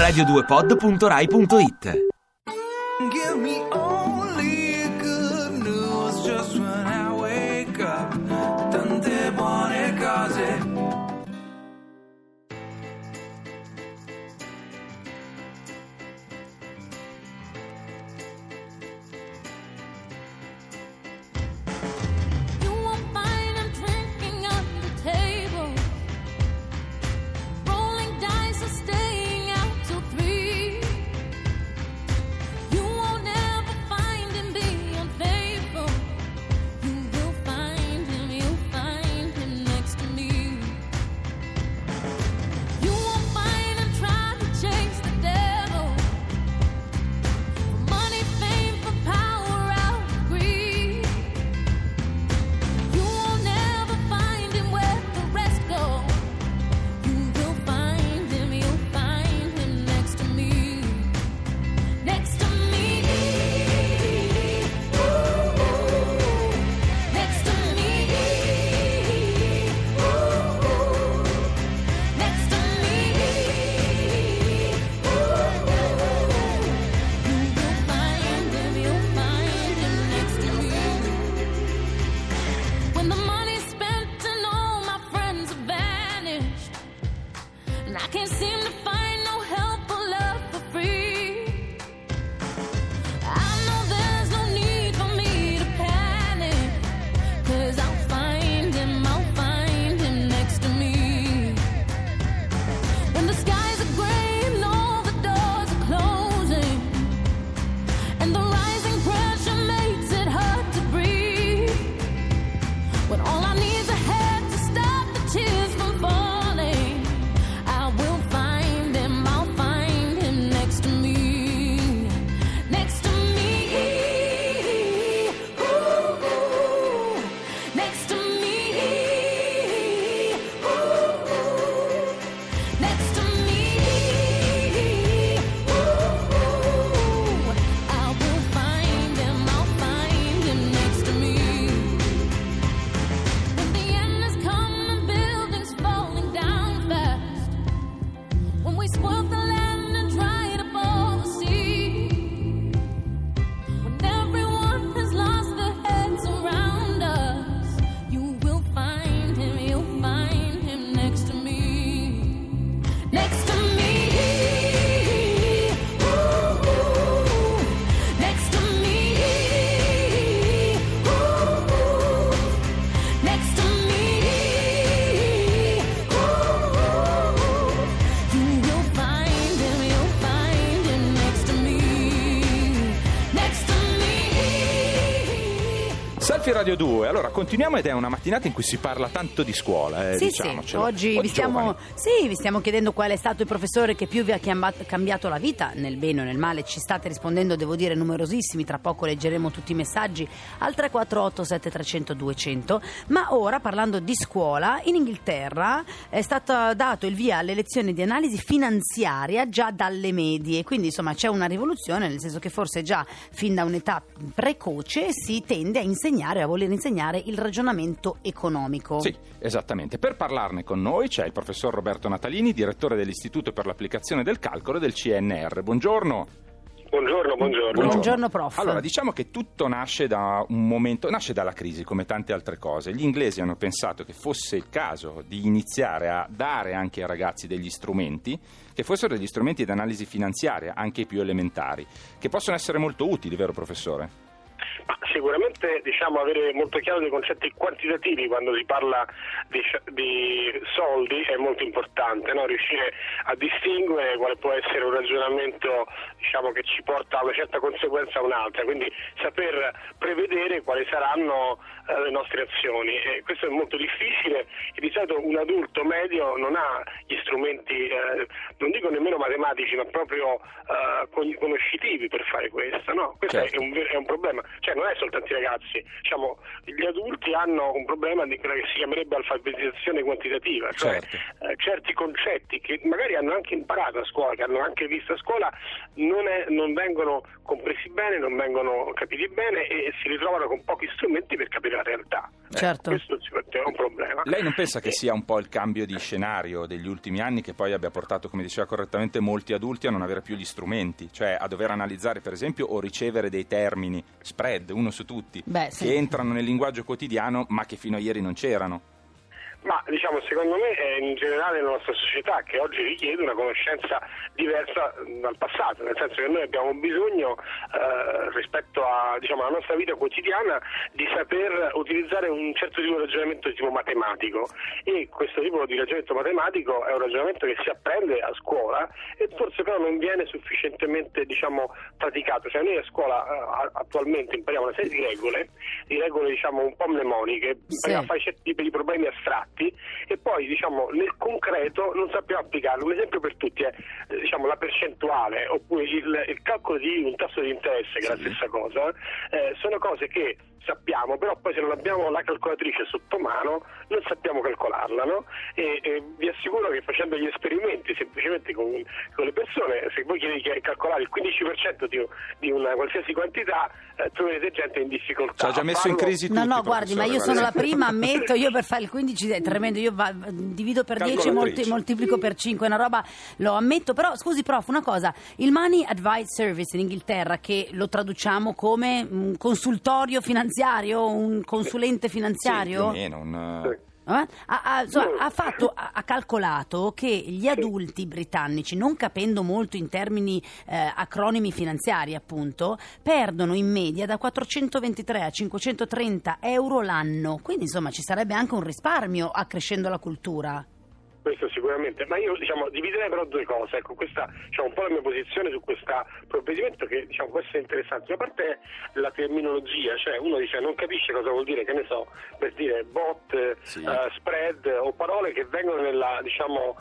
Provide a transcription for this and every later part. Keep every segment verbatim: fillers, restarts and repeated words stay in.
radio due pod punto rai punto it. Give me only good news just when I wake up. Tante buone cose. Radio due, allora continuiamo ed è una mattinata in cui si parla tanto di scuola, eh, sì, diciamocelo. Sì, oggi vi stiamo, sì, vi stiamo chiedendo qual è stato il professore che più vi ha cambiato la vita, nel bene o nel male. Ci state rispondendo, devo dire, numerosissimi, tra poco leggeremo tutti i messaggi al tre quattro otto sette tre zero zero due zero zero. Ma ora, parlando di scuola, in Inghilterra è stato dato il via alle lezioni di analisi finanziaria già dalle medie, quindi insomma c'è una rivoluzione, nel senso che forse già fin da un'età precoce si tende a insegnare, a voler insegnare il ragionamento economico. Sì, esattamente. Per parlarne con noi c'è il professor Roberto Natalini, direttore dell'Istituto per l'applicazione del calcolo del C N R. Buongiorno. Buongiorno, buongiorno. Buongiorno, prof. Allora, diciamo che tutto nasce da un momento, nasce dalla crisi, come tante altre cose. Gli inglesi hanno pensato che fosse il caso di iniziare a dare anche ai ragazzi degli strumenti, che fossero degli strumenti di analisi finanziaria, anche i più elementari, che possono essere molto utili, vero professore? Ma sicuramente, diciamo, avere molto chiaro dei concetti quantitativi quando si parla di, di soldi è molto importante, no? Riuscire a distinguere quale può essere un ragionamento, diciamo, che ci porta a una certa conseguenza a un'altra, quindi saper prevedere quali saranno eh, le nostre azioni. E questo è molto difficile e di solito un adulto medio non ha gli strumenti, eh, non dico nemmeno matematici, ma proprio eh, conoscitivi per fare questo, no? Questo certo. è, un, è un problema. Cioè non è soltanto i ragazzi, diciamo, gli adulti hanno un problema di quella che si chiamerebbe alfabetizzazione quantitativa, cioè certo. eh, certi concetti che magari hanno anche imparato a scuola, che hanno anche visto a scuola, non, è, non vengono compresi bene, non vengono capiti bene e si ritrovano con pochi strumenti per capire la realtà. Certo. Eh, questo è un problema. no? Lei non pensa che sia un po' il cambio di scenario degli ultimi anni che poi abbia portato, come diceva correttamente, molti adulti a non avere più gli strumenti, cioè a dover analizzare per esempio o ricevere dei termini spread, uno su tutti, Beh, sì. che entrano nel linguaggio quotidiano ma che fino a ieri non c'erano? Ma diciamo, secondo me è in generale la nostra società che oggi richiede una conoscenza diversa dal passato, nel senso che noi abbiamo bisogno eh, rispetto a, diciamo, alla nostra vita quotidiana di saper utilizzare un certo tipo di ragionamento di tipo matematico, e questo tipo di ragionamento matematico è un ragionamento che si apprende a scuola e forse però non viene sufficientemente, diciamo, praticato. Cioè noi a scuola eh, attualmente impariamo una serie di regole, di regole diciamo un po' mnemoniche, impariamo a fare certi tipi di problemi astratti e poi diciamo nel concreto non sappiamo applicarlo. Un esempio per tutti è eh, diciamo la percentuale oppure il, il calcolo di un tasso di interesse, che è la stessa cosa, eh, sono cose che sappiamo, però poi se non abbiamo la calcolatrice sotto mano non sappiamo calcolarla, no? E, e vi assicuro che facendo gli esperimenti semplicemente con, con le persone, se voi chiedete di calcolare il quindici per cento di, di una qualsiasi quantità, eh, troverete gente in difficoltà. Ci ha già messo in crisi tutti. No, no, guardi, ma io sono la prima, ammetto, io per fare il quindici è tremendo, io va, divido per dieci e molti, moltiplico per cinque, una roba, lo ammetto, però scusi prof, una cosa, il Money Advice Service in Inghilterra, che lo traduciamo come un consultorio finanziario, un consulente finanziario? Sì, più o meno, un... Sì. Eh? Ha, ha, insomma, ha, fatto, ha calcolato che gli adulti britannici, non capendo molto in termini eh, acronimi finanziari appunto, perdono in media da quattrocentoventitré a cinquecentotrenta euro l'anno, quindi insomma ci sarebbe anche un risparmio accrescendo la cultura. Questo sicuramente, ma io diciamo dividerei però due cose. Ecco, questa diciamo un po' la mia posizione su questo provvedimento, che diciamo può essere interessante. Una parte è la terminologia, cioè uno dice non capisce cosa vuol dire, che ne so, per dire bot, sì. uh, spread o parole che vengono nella diciamo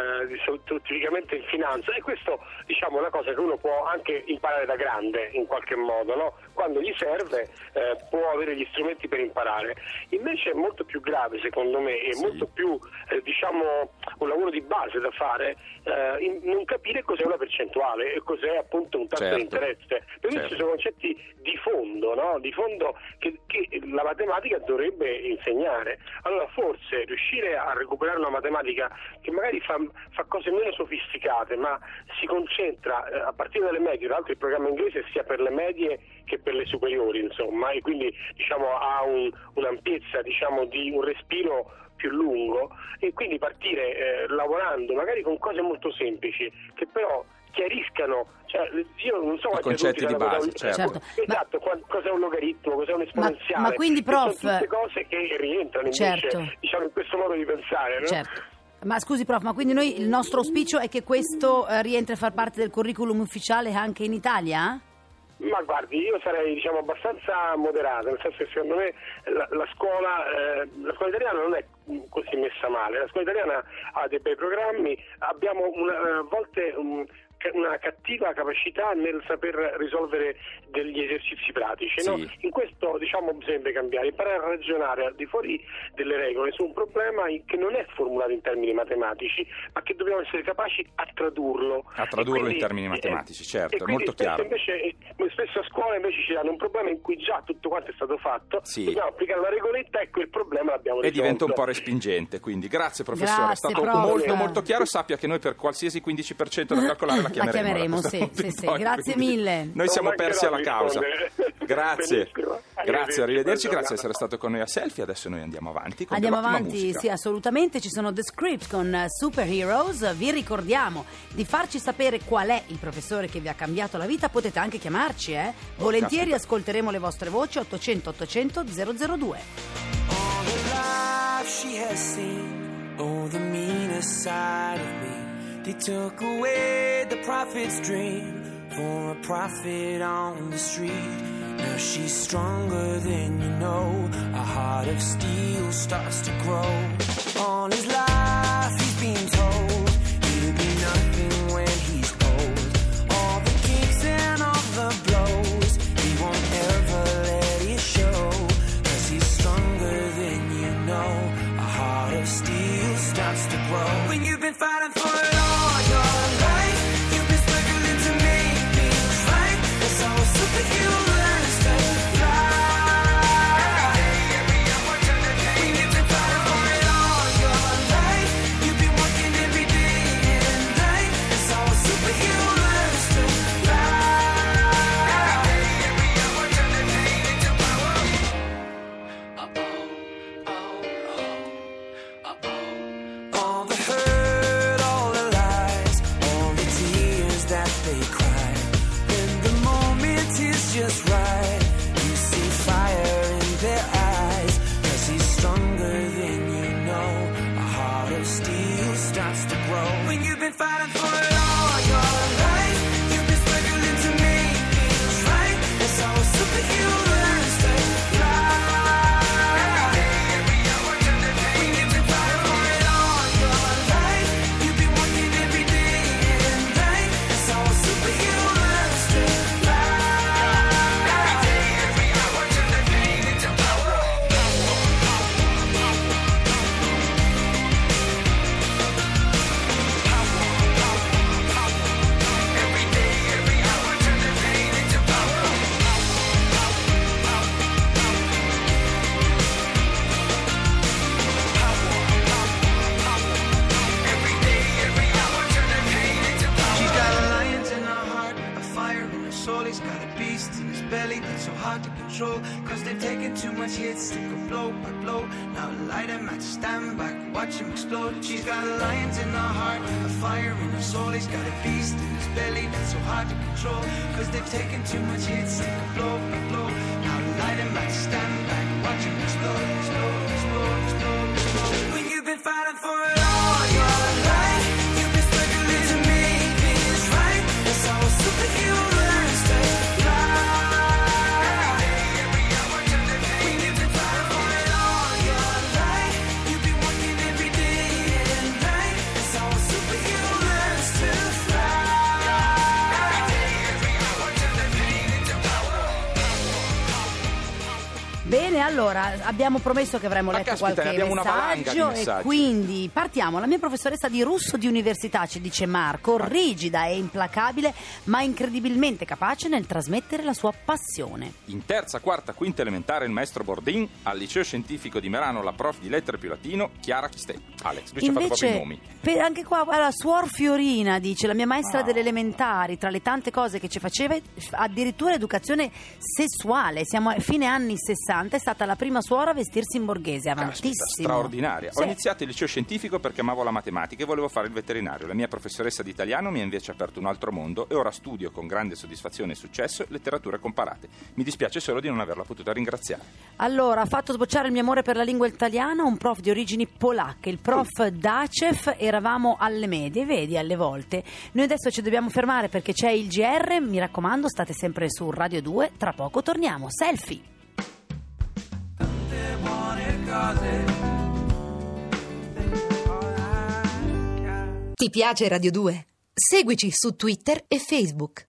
uh, tipicamente in finanza, e questo diciamo è una cosa che uno può anche imparare da grande in qualche modo, no? Quando gli serve eh, può avere gli strumenti per imparare. Invece è molto più grave secondo me, e sì. molto più eh, diciamo un lavoro di base da fare, eh, in, non capire cos'è una percentuale e cos'è appunto un tasso certo. di interesse. Per certo. ci sono concetti di fondo, no? Di fondo che, che la matematica dovrebbe insegnare. Allora forse riuscire a recuperare una matematica che magari fa, fa cose meno sofisticate, ma si concentra eh, a partire dalle medie, tra l'altro il programma inglese sia per le medie che per le superiori, insomma, e quindi diciamo ha un, un'ampiezza, diciamo, di un respiro più lungo, e quindi partire eh, lavorando magari con cose molto semplici che però chiariscano, cioè io non so i concetti di base, un, certo. certo. Esatto, ma, cos'è un logaritmo, cos'è un esponenziale, ma, ma quindi prof, sono tutte cose che rientrano invece certo. diciamo in questo modo di pensare, no? Certo. Ma scusi prof, ma quindi noi il nostro auspicio è che questo eh, rientri a far parte del curriculum ufficiale anche in Italia? Ma guardi, io sarei diciamo abbastanza moderato, nel senso che secondo me la, la scuola eh, la scuola italiana non è così messa male, la scuola italiana ha dei bei programmi, abbiamo una, a volte un, una cattiva capacità nel saper risolvere degli esercizi pratici, sì. no? In questo diciamo bisogna cambiare, imparare a ragionare al di fuori delle regole su un problema che non è formulato in termini matematici, ma che dobbiamo essere capaci a tradurlo a tradurlo quindi, in termini matematici, certo, e è molto chiaro. Invece spesso a scuola invece ci danno un problema in cui già tutto quanto è stato fatto, sì. dobbiamo applicare la regoletta e quel problema l'abbiamo e risolto. diventa un po' respingente, quindi grazie professore, Grazie, è stato prof. molto molto chiaro. Sappia che noi per qualsiasi quindici per cento da calcolare la chiameremo, la chiameremo sì, sì, sì. Poi, grazie quindi, mille. noi siamo Non persi alla mancherò causa. rispondere. Grazie. Benissimo. Grazie, arrivederci, Buona grazie di essere giornata. stato con noi a Selfie. Adesso noi andiamo avanti con Andiamo dell'ottima avanti, musica. sì, assolutamente. Ci sono The Script con uh, Superheroes. Vi ricordiamo di farci sapere qual è il professore che vi ha cambiato la vita. Potete anche chiamarci, eh? Volentieri ascolteremo le vostre voci. Ottocento ottocento zero zero due. All the life she has seen, oh, the meanest side of me. They took away the prophet's dream for a prophet on the street. Now she's stronger than you know. A heart of steel starts to grow. All his life he's been told he'll be nothing when he's old. All the kicks and all the blows, he won't ever let it show. Cause he's stronger than you know. A heart of steel starts to grow. When you've been fighting for it all your life, you've been struggling to make things right. That's how a superhero learns to fly. Every day, every hour, turn the day. When you've been fighting for it hard to control, cause they've taken too much hits to go blow by blow. Now light them at stand back, watch him explode. She's got lions in her heart, a fire in her soul. He's got a beast in his belly that's so hard to control, cause they've taken too much hits to go blow by blow. Now light him at stand back, watch him explode, explode, explode, explode, explode. When you've been fighting for it all your life, you've been struggling to make things right. That's how a superhero learns to fly. When you've been fighting for it all your life, you've been working every day and night. That's how a superhero learns to fly. Bene, allora abbiamo promesso che avremmo Ma letto caspita, qualche abbiamo una valanga di messaggio e messaggi. quindi partiamo. La mia professoressa di russo di università, ci dice Marco, rigida e implacabile ma incredibilmente capace nel trasmettere la sua passione. In terza, quarta, quinta elementare il maestro Bordin, al liceo scientifico di Merano la prof di lettere più latino Chiara Ste. Alex, lui ci ha fatto proprio i Invece, nomi. per- anche qua, guarda, suor Fiorina dice, la mia maestra Ah. delle elementari, tra le tante cose che ci faceva, addirittura educazione sessuale. Siamo a fine anni sessanta, è stata la prima suora a vestirsi in borghese, Caspita, avantissimo. straordinaria. Sì. Ho iniziato il liceo scientifico perché amavo la matematica e volevo fare il veterinario. La mia professoressa di italiano mi ha invece aperto un altro mondo e ora studio con grande soddisfazione e successo letterature comparate. Mi dispiace solo di non averla potuta ringraziare. Allora, ha fatto sbocciare il mio amore per la lingua italiana un prof di origini polacche, il prof Dacev. Eravamo alle medie, vedi, alle volte. Noi adesso ci dobbiamo fermare perché c'è il G R, mi raccomando, state sempre su Radio due, tra poco torniamo. Selfie! Ti piace Radio due? Seguici su Twitter e Facebook.